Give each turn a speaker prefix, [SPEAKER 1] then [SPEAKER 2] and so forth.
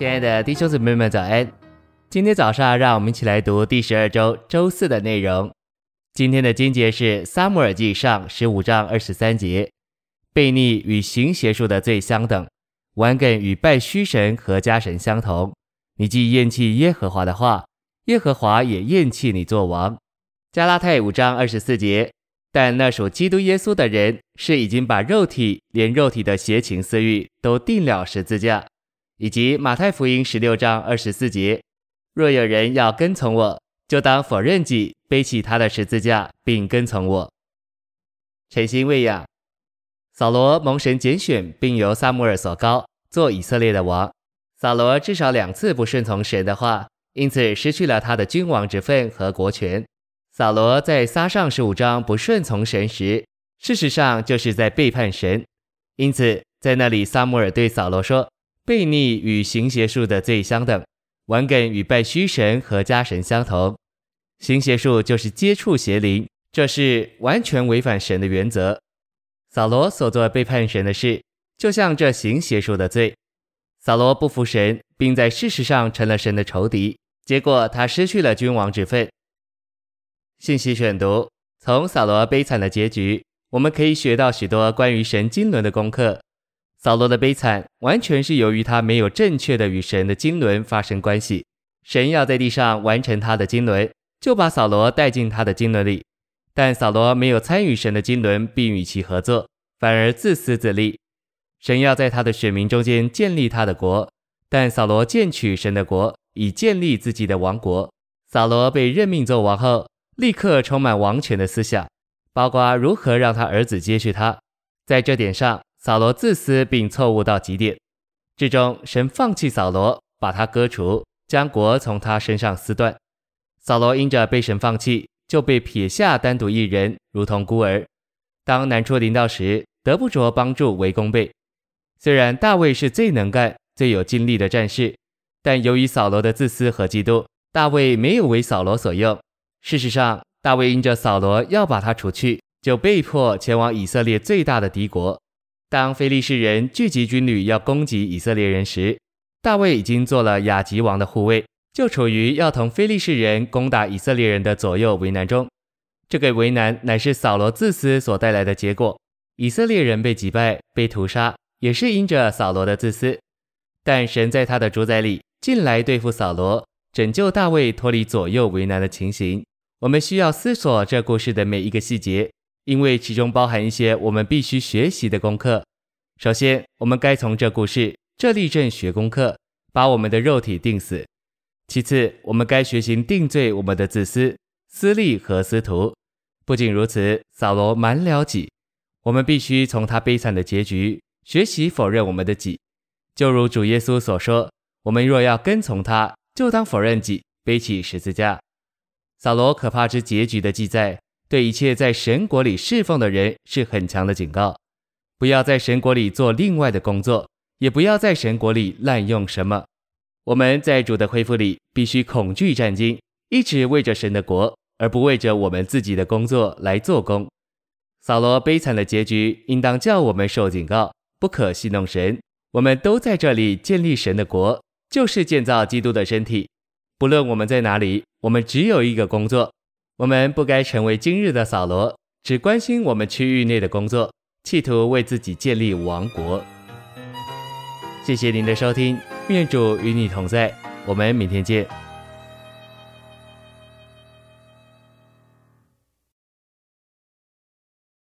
[SPEAKER 1] 亲爱的弟兄姊妹们早安，今天早上让我们一起来读第12周周4的内容。今天的经节是撒母耳记上15章23节，悖逆与行邪术的罪相等，顽梗与拜虚神和家神相同。你既厌弃耶和华的话，耶和华也厌弃你作王。加拉太5章24节，但那属基督耶稣的人是已经把肉体连肉体的邪情私欲都钉了十字架。以及马太福音16章24节，若有人要跟从我，就当否认己，背起他的十字架，并跟从我。诚心喂养，扫罗蒙神拣选，并由撒母耳所膏，做以色列的王。扫罗至少2次不顺从神的话，因此失去了他的君王之分和国权。扫罗在撒上15章不顺从神时，事实上就是在背叛神。因此在那里撒母耳对扫罗说，悖逆与行邪术的罪相等，顽梗与拜虚神和家神相同。行邪术就是接触邪灵，这是完全违反神的原则。扫罗所做背叛神的事，就像这行邪术的罪。扫罗不服神，并在事实上成了神的仇敌，结果他失去了君王之分。信息选读，从扫罗悲惨的结局，我们可以学到许多关于神经纶的功课。扫罗的悲惨完全是由于他没有正确的与神的经纶发生关系。神要在地上完成他的经纶，就把扫罗带进他的经纶里，但扫罗没有参与神的经纶并与其合作，反而自私自利。神要在他的选民中间建立他的国，但扫罗建取神的国，以建立自己的王国。扫罗被任命做王后，立刻充满王权的思想，包括如何让他儿子接续他。在这点上，扫罗自私并错误到极点，至终神放弃扫罗，把他割除，将国从他身上撕断。扫罗因着被神放弃，就被撇下单独一人，如同孤儿。当难处临到时，得不着帮助为弓背。虽然大卫是最能干、最有精力的战士，但由于扫罗的自私和嫉妒，大卫没有为扫罗所用。事实上，大卫因着扫罗要把他除去，就被迫前往以色列最大的敌国。当非利士人聚集军旅要攻击以色列人时，大卫已经做了亚吉王的护卫，就处于要同非利士人攻打以色列人的左右为难中。这个为难乃是扫罗自私所带来的结果。以色列人被击败、被屠杀，也是因着扫罗的自私。但神在他的主宰里进来对付扫罗，拯救大卫脱离左右为难的情形。我们需要思索这故事的每一个细节，因为其中包含一些我们必须学习的功课。首先，我们该从这故事这例证学功课，把我们的肉体定死。其次，我们该学习定罪我们的自私、私利和私图。不仅如此，扫罗瞒了己，我们必须从他悲惨的结局学习否认我们的己。就如主耶稣所说，我们若要跟从他，就当否认己，背起十字架。扫罗可怕之结局的记载，对一切在神国里侍奉的人是很强的警告。不要在神国里做另外的工作，也不要在神国里滥用什么。我们在主的恢复里必须恐惧战兢，一直为着神的国，而不为着我们自己的工作来做工。扫罗悲惨的结局应当叫我们受警告，不可戏弄神。我们都在这里建立神的国，就是建造基督的身体。不论我们在哪里，我们只有一个工作。我们不该成为今日的扫罗，只关心我们区域内的工作，企图为自己建立王国。谢谢您的收听，愿主与你同在，我们明天见。